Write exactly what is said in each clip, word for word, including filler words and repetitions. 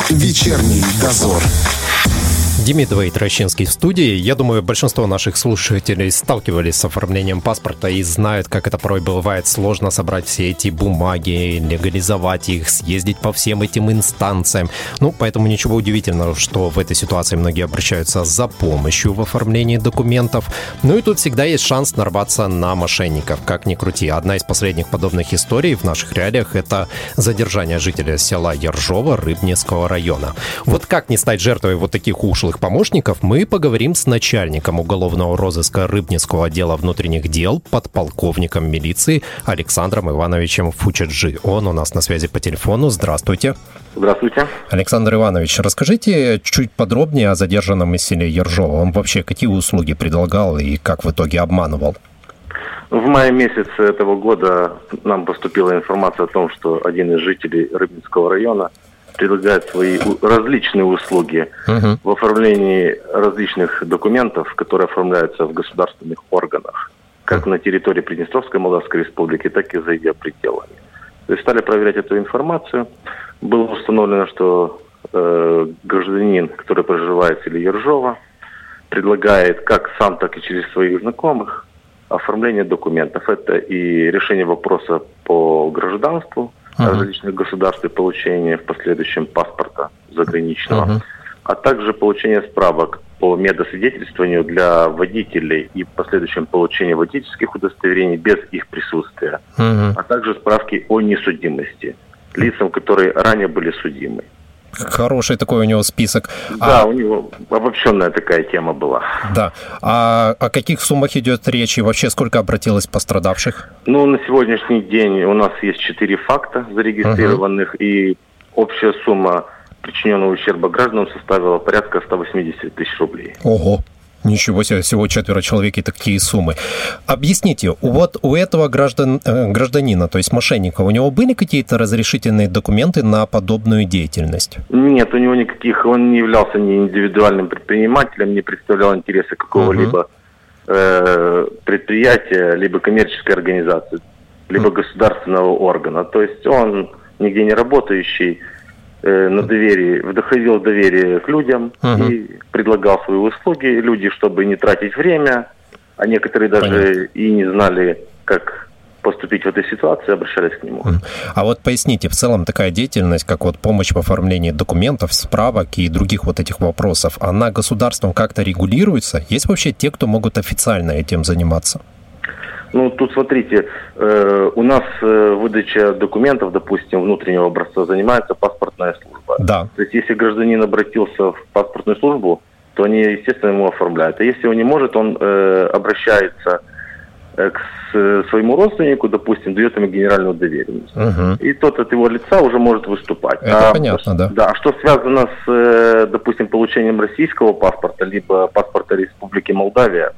Вечерний дозор. Демидова и Трощинский в студии. Я думаю, большинство наших слушателей сталкивались с оформлением паспорта и знают, как это порой бывает сложно собрать все эти бумаги, легализовать их, съездить по всем этим инстанциям. Ну, поэтому ничего удивительного, что в этой ситуации многие обращаются за помощью в оформлении документов. Ну и тут всегда есть шанс нарваться на мошенников. Как ни крути, одна из последних подобных историй в наших реалиях — это задержание жителя села Ержово Рыбнинского района. Вот как не стать жертвой вот таких ушлых помощников, мы поговорим с начальником уголовного розыска Рыбнинского отдела внутренних дел, подполковником милиции Александром Ивановичем Фучаджи. Он у нас на связи по телефону. Здравствуйте. Здравствуйте. Александр Иванович, расскажите чуть подробнее о задержанном из села Ержово. Он вообще какие услуги предлагал и как в итоге обманывал? В мае месяце этого года нам поступила информация о том, что один из жителей Рыбнинского района предлагает свои различные услуги uh-huh. в оформлении различных документов, которые оформляются в государственных органах, как uh-huh. на территории Приднестровской Молдавской Республики, так и за ее пределами. То есть стали проверять эту информацию. Было установлено, что э, гражданин, который проживает в селе Ержово, предлагает как сам, так и через своих знакомых оформление документов. Это и решение вопроса по гражданству Uh-huh. различных государств и получение в последующем паспорта заграничного, uh-huh. а также получение справок по медосвидетельствованию для водителей и в последующем получение водительских удостоверений без их присутствия, uh-huh. а также справки о несудимости лицам, которые ранее были судимы. Хороший такой у него список. Да, а... у него обобщенная такая тема была. Да. А о каких суммах идет речь и вообще сколько обратилось пострадавших? Ну, на сегодняшний день у нас есть четыре факта зарегистрированных, uh-huh. и общая сумма причиненного ущерба гражданам составила порядка сто восемьдесят тысяч рублей. Ого! Ничего себе, всего четверо человек и такие суммы. Объясните, вот у этого граждан, гражданина, то есть мошенника, у него были какие-то разрешительные документы на подобную деятельность? Нет, у него никаких, он не являлся ни индивидуальным предпринимателем, не представлял интересы какого-либо uh-huh. э, предприятия, либо коммерческой организации, либо uh-huh. государственного органа. То есть он нигде не работающий, на доверие, вдохновил доверие к людям uh-huh. и предлагал свои услуги. Люди, чтобы не тратить время, а некоторые даже Понятно. И не знали, как поступить в этой ситуации, обращались к нему. А вот поясните, в целом такая деятельность, как вот помощь в оформлении документов, справок и других вот этих вопросов, она государством как-то регулируется? Есть вообще те, кто могут официально этим заниматься? Ну, тут смотрите, э, у нас э, выдача документов, допустим, внутреннего образца занимается паспортная служба. Да. То есть, если гражданин обратился в паспортную службу, то они, естественно, ему оформляют. А если он не может, он э, обращается э, к с, своему родственнику, допустим, дает ему генеральную доверенность. Угу. И тот от его лица уже может выступать. Это а, понятно, да. Да, а что связано с, э, допустим, получением российского паспорта, либо паспорта Республики Молдавия,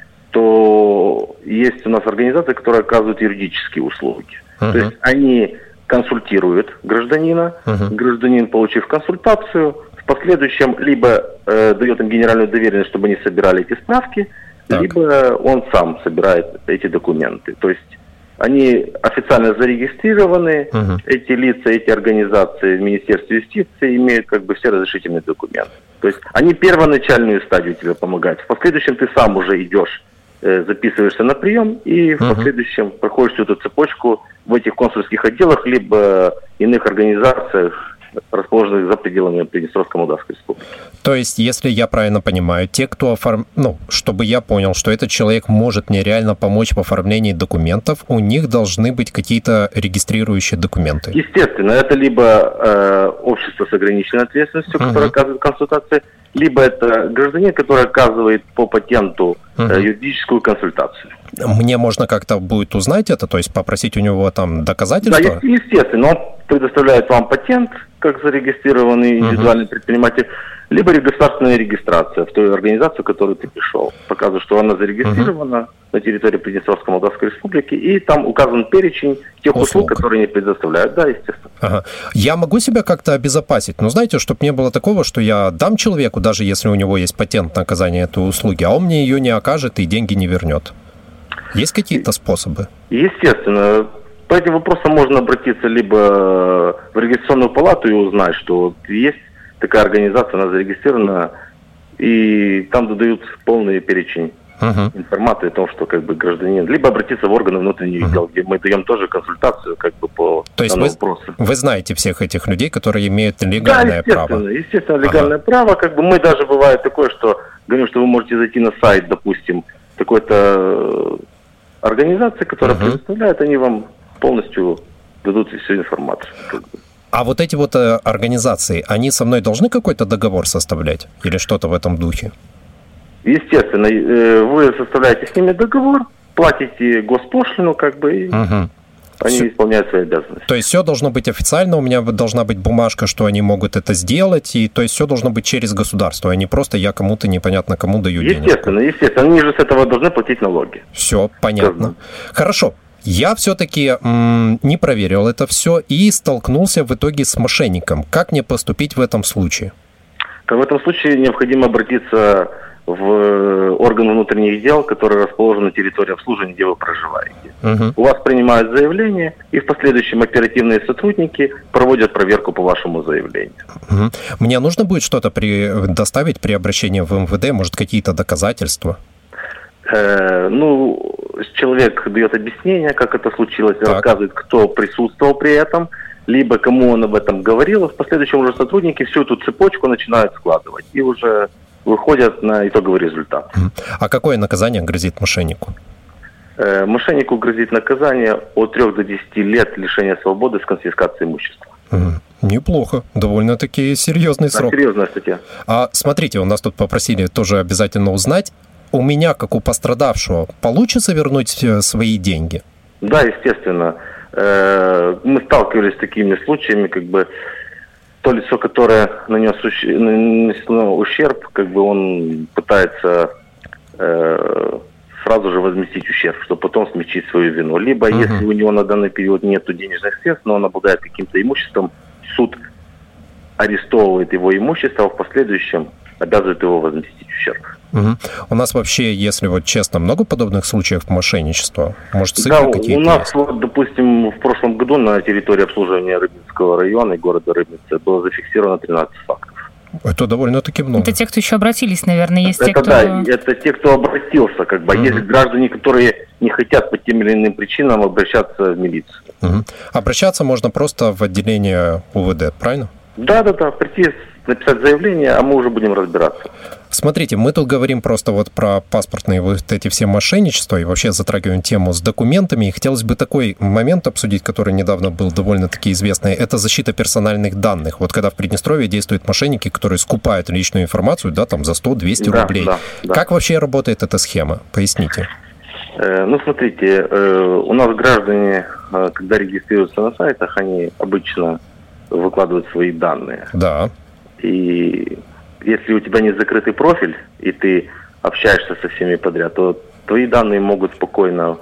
то есть у нас организации, которые оказывают юридические услуги. Uh-huh. То есть они консультируют гражданина, uh-huh. гражданин, получив консультацию, в последующем либо э, дает им генеральную доверенность, чтобы они собирали эти справки, так. либо он сам собирает эти документы. То есть они официально зарегистрированы, uh-huh. эти лица, эти организации в Министерстве юстиции имеют как бы все разрешительные документы. То есть они первоначальную стадию тебе помогают. В последующем ты сам уже идешь, записываешься на прием и в uh-huh. последующем проходишь всю эту цепочку в этих консульских отделах, либо иных организациях, расположенных за пределами Приднестровской Молдавской Республики. То есть, если я правильно понимаю, те, кто оформ... ну, чтобы я понял, что этот человек может мне реально помочь в оформлении документов, у них должны быть какие-то регистрирующие документы. Естественно, это либо э, общество с ограниченной ответственностью, uh-huh. которое оказывает консультации, либо это гражданин, который оказывает по патенту uh-huh. юридическую консультацию. Мне можно как-то будет узнать это, то есть попросить у него там доказательства? Да, естественно, он предоставляет вам патент, как зарегистрированный индивидуальный uh-huh. предприниматель, либо государственная регистрация в той организации, в которую ты пришел. Показывает, что она зарегистрирована uh-huh. на территории Приднестровской Молдавской Республики, и там указан перечень тех услуг, услуг которые они предоставляют. Да, естественно. Ага. Я могу себя как-то обезопасить, но знаете, чтобы не было такого, что я дам человеку, даже если у него есть патент на оказание этой услуги, а он мне ее не окажет и деньги не вернет. Есть какие-то способы? Естественно. По этим вопросам можно обратиться либо в регистрационную палату и узнать, что есть такая организация, она зарегистрирована, и там дадут полный перечень uh-huh. информации о том, что как бы гражданин либо обратиться в органы внутренних uh-huh. дел, где мы даем тоже консультацию как бы по То есть вы, вопросу. Вы знаете всех этих людей, которые имеют легальное да, естественно, право? Естественно, легальное uh-huh. право. Как бы мы даже бывает такое, что говорим, что вы можете зайти на сайт, допустим, какой-то организации, которая uh-huh. предоставляет, они вам полностью дадут всю информацию. Как бы. А вот эти вот организации, они со мной должны какой-то договор составлять или что-то в этом духе? Естественно, вы составляете с ними договор, платите госпошлину, как бы, и угу. они все... исполняют свои обязанности. То есть все должно быть официально, у меня должна быть бумажка, что они могут это сделать, и то есть все должно быть через государство, а не просто я кому-то непонятно кому даю денег. Естественно, денег. естественно, они же с этого должны платить налоги. Все, понятно. Как... Хорошо. Я все-таки м, не проверил это все и столкнулся в итоге с мошенником. Как мне поступить в этом случае? В этом случае необходимо обратиться в орган внутренних дел, который расположен на территории обслуживания, где вы проживаете. Угу. У вас принимают заявление, и в последующем оперативные сотрудники проводят проверку по вашему заявлению. Угу. Мне нужно будет что-то предоставить при обращении в эм вэ дэ, может, какие-то доказательства? Э, ну, человек дает объяснение, как это случилось, так. рассказывает, кто присутствовал при этом, либо кому он об этом говорил. В последующем уже сотрудники всю эту цепочку начинают складывать и уже выходят на итоговый результат. А какое наказание грозит мошеннику? Э, мошеннику грозит наказание от трёх до десяти лет лишения свободы с конфискацией имущества. Неплохо. Довольно-таки серьезный да, срок. Серьезная статья. А смотрите, у нас тут попросили тоже обязательно узнать, у меня, как у пострадавшего, получится вернуть свои деньги? Да, естественно. Мы сталкивались с такими случаями, как бы то лицо, которое нанес нанесло ущерб, как бы он пытается сразу же возместить ущерб, чтобы потом смягчить свою вину. Либо, uh-huh. если у него на данный период нет денежных средств, но он обладает каким-то имуществом, суд арестовывает его имущество, а в последующем обязывает его возместить ущерб. Угу. У нас вообще, если вот честно, много подобных случаев мошенничества? Может, цифры да, какие-то у нас, есть? Вот, допустим, в прошлом году на территории обслуживания Рыбинского района и города Рыбницы было зафиксировано тринадцать фактов. Это довольно-таки много. Это те, кто еще обратились, наверное, есть это, те, кто... Да, это те, кто обратился, как бы. Угу. Есть граждане, которые не хотят по тем или иным причинам обращаться в милицию. Угу. Обращаться можно просто в отделение у вэ дэ, правильно? Да-да-да, прийти, написать заявление, а мы уже будем разбираться. Смотрите, мы тут говорим просто вот про паспортные вот эти все мошенничества и вообще затрагиваем тему с документами. И хотелось бы такой момент обсудить, который недавно был довольно-таки известный. Это защита персональных данных. Вот когда в Приднестровье действуют мошенники, которые скупают личную информацию, да, там за сто-двести да, рублей. Да, да. Как вообще работает эта схема? Поясните. Э, ну, смотрите, э, у нас граждане, э, когда регистрируются на сайтах, они обычно выкладывают свои данные. Да. И если у тебя не закрытый профиль, и ты общаешься со всеми подряд, то твои данные могут спокойно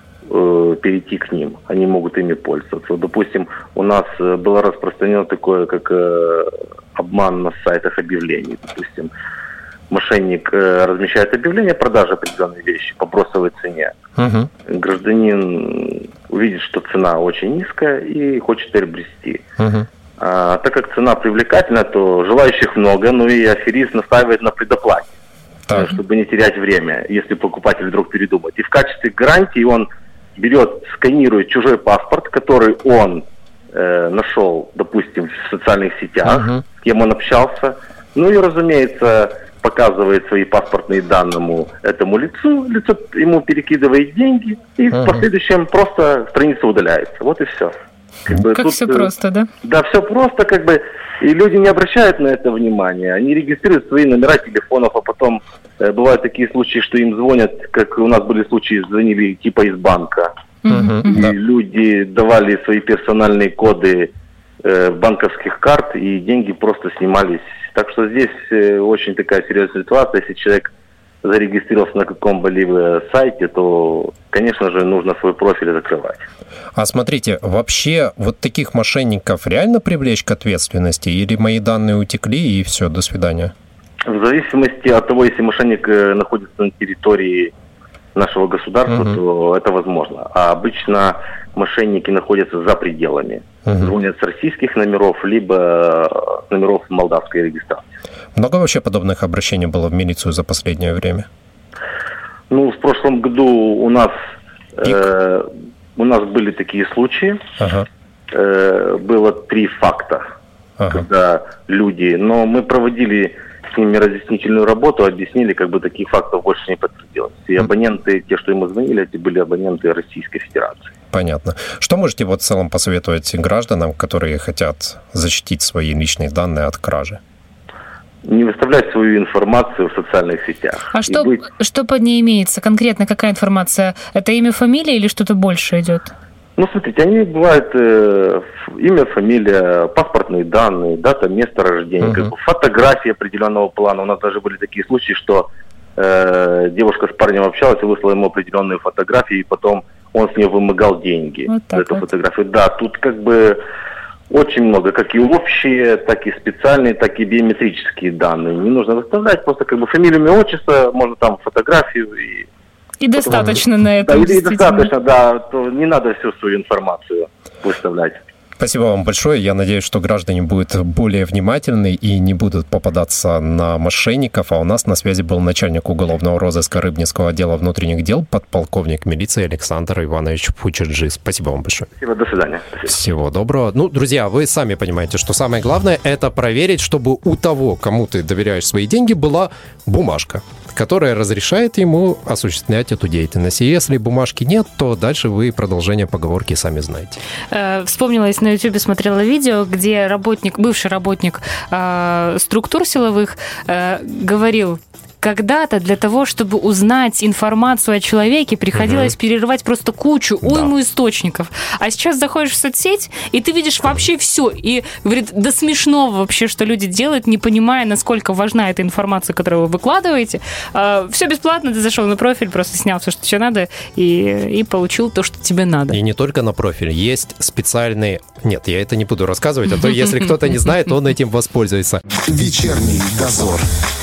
э, перейти к ним. Они могут ими пользоваться. Вот, допустим, у нас было распространено такое, как э, обман на сайтах объявлений. Допустим, мошенник э, размещает объявление о продаже определенной вещи по бросовой цене. Uh-huh. Гражданин увидит, что цена очень низкая и хочет приобрести. Uh-huh. А, так как цена привлекательна, то желающих много, ну и аферист настаивает на предоплате, так. чтобы не терять время, если покупатель вдруг передумает. И в качестве гарантии он берет, сканирует чужой паспорт, который он э, нашел, допустим, в социальных сетях, uh-huh. с кем он общался. Ну и, разумеется, показывает свои паспортные данные этому лицу, лицо ему перекидывает деньги, и uh-huh. в последующем просто страница удаляется. Вот и все. Как, бы как тут, все просто, да? Да, все просто, как бы, и люди не обращают на это внимания. Они регистрируют свои номера телефонов, а потом э, бывают такие случаи, что им звонят, как у нас были случаи, звонили типа из банка. Uh-huh, и да. люди давали свои персональные коды э, банковских карт, и деньги просто снимались. Так что здесь э, очень такая серьезная ситуация. Если человек зарегистрировался на каком-либо сайте, то, конечно же, нужно свой профиль закрывать. А смотрите, вообще вот таких мошенников реально привлечь к ответственности? Или мои данные утекли и все, до свидания? В зависимости от того, если мошенник находится на территории нашего государства, uh-huh. то это возможно. А обычно мошенники находятся за пределами. Uh-huh. Звонят с российских номеров, либо с номеров молдавской регистрации. Много вообще подобных обращений было в милицию за последнее время? Ну, в прошлом году у нас, э, у нас были такие случаи. Uh-huh. Э, было три факта, uh-huh. когда люди... Но мы проводили с ними разъяснительную работу, объяснили, как бы таких фактов больше не подтвердилось. И абоненты, те, что ему звонили, эти были абоненты Российской Федерации. Понятно. Что можете вот в целом посоветовать гражданам, которые хотят защитить свои личные данные от кражи? Не выставлять свою информацию в социальных сетях. А что, быть... что под ней имеется? Конкретно какая информация? Это имя, фамилия или что-то больше идет? Ну, смотрите, они бывают э, имя, фамилия, паспортные данные, дата, место рождения, uh-huh. как бы фотографии определенного плана. У нас даже были такие случаи, что э, девушка с парнем общалась и выслала ему определенные фотографии, и потом он с нее вымогал деньги вот за эту вот. фотографию. Да, тут как бы очень много, как и общие, так и специальные, так и биометрические данные. Не нужно выставлять, просто как бы фамилию, имя, отчество, можно там фотографию и... И потом... достаточно на это. Да, и достаточно, да, то не надо всю свою информацию выставлять. Спасибо вам большое. Я надеюсь, что граждане будут более внимательны и не будут попадаться на мошенников. А у нас на связи был начальник уголовного розыска Рыбницкого отдела внутренних дел, подполковник милиции Александр Иванович Пучеджи. Спасибо вам большое. Спасибо, до свидания. Спасибо. Всего доброго. Ну, друзья, вы сами понимаете, что самое главное – это проверить, чтобы у того, кому ты доверяешь свои деньги, была бумажка, которая разрешает ему осуществлять эту деятельность. И если бумажки нет, то дальше вы продолжение поговорки сами знаете. Вспомнилась, на Ютубе смотрела видео, где работник, бывший работник э, структур силовых э, говорил: когда-то для того, чтобы узнать информацию о человеке, приходилось угу. перерывать просто кучу, уйму да. источников. А сейчас заходишь в соцсеть, и ты видишь вообще все. И говорит, до смешного вообще, что люди делают, не понимая, насколько важна эта информация, которую вы выкладываете. Все бесплатно, ты зашел на профиль, просто снял все, что тебе надо, и, и получил то, что тебе надо. И не только на профиль. Есть специальные... Нет, я это не буду рассказывать, а то если кто-то не знает, он этим воспользуется. Вечерний дозор.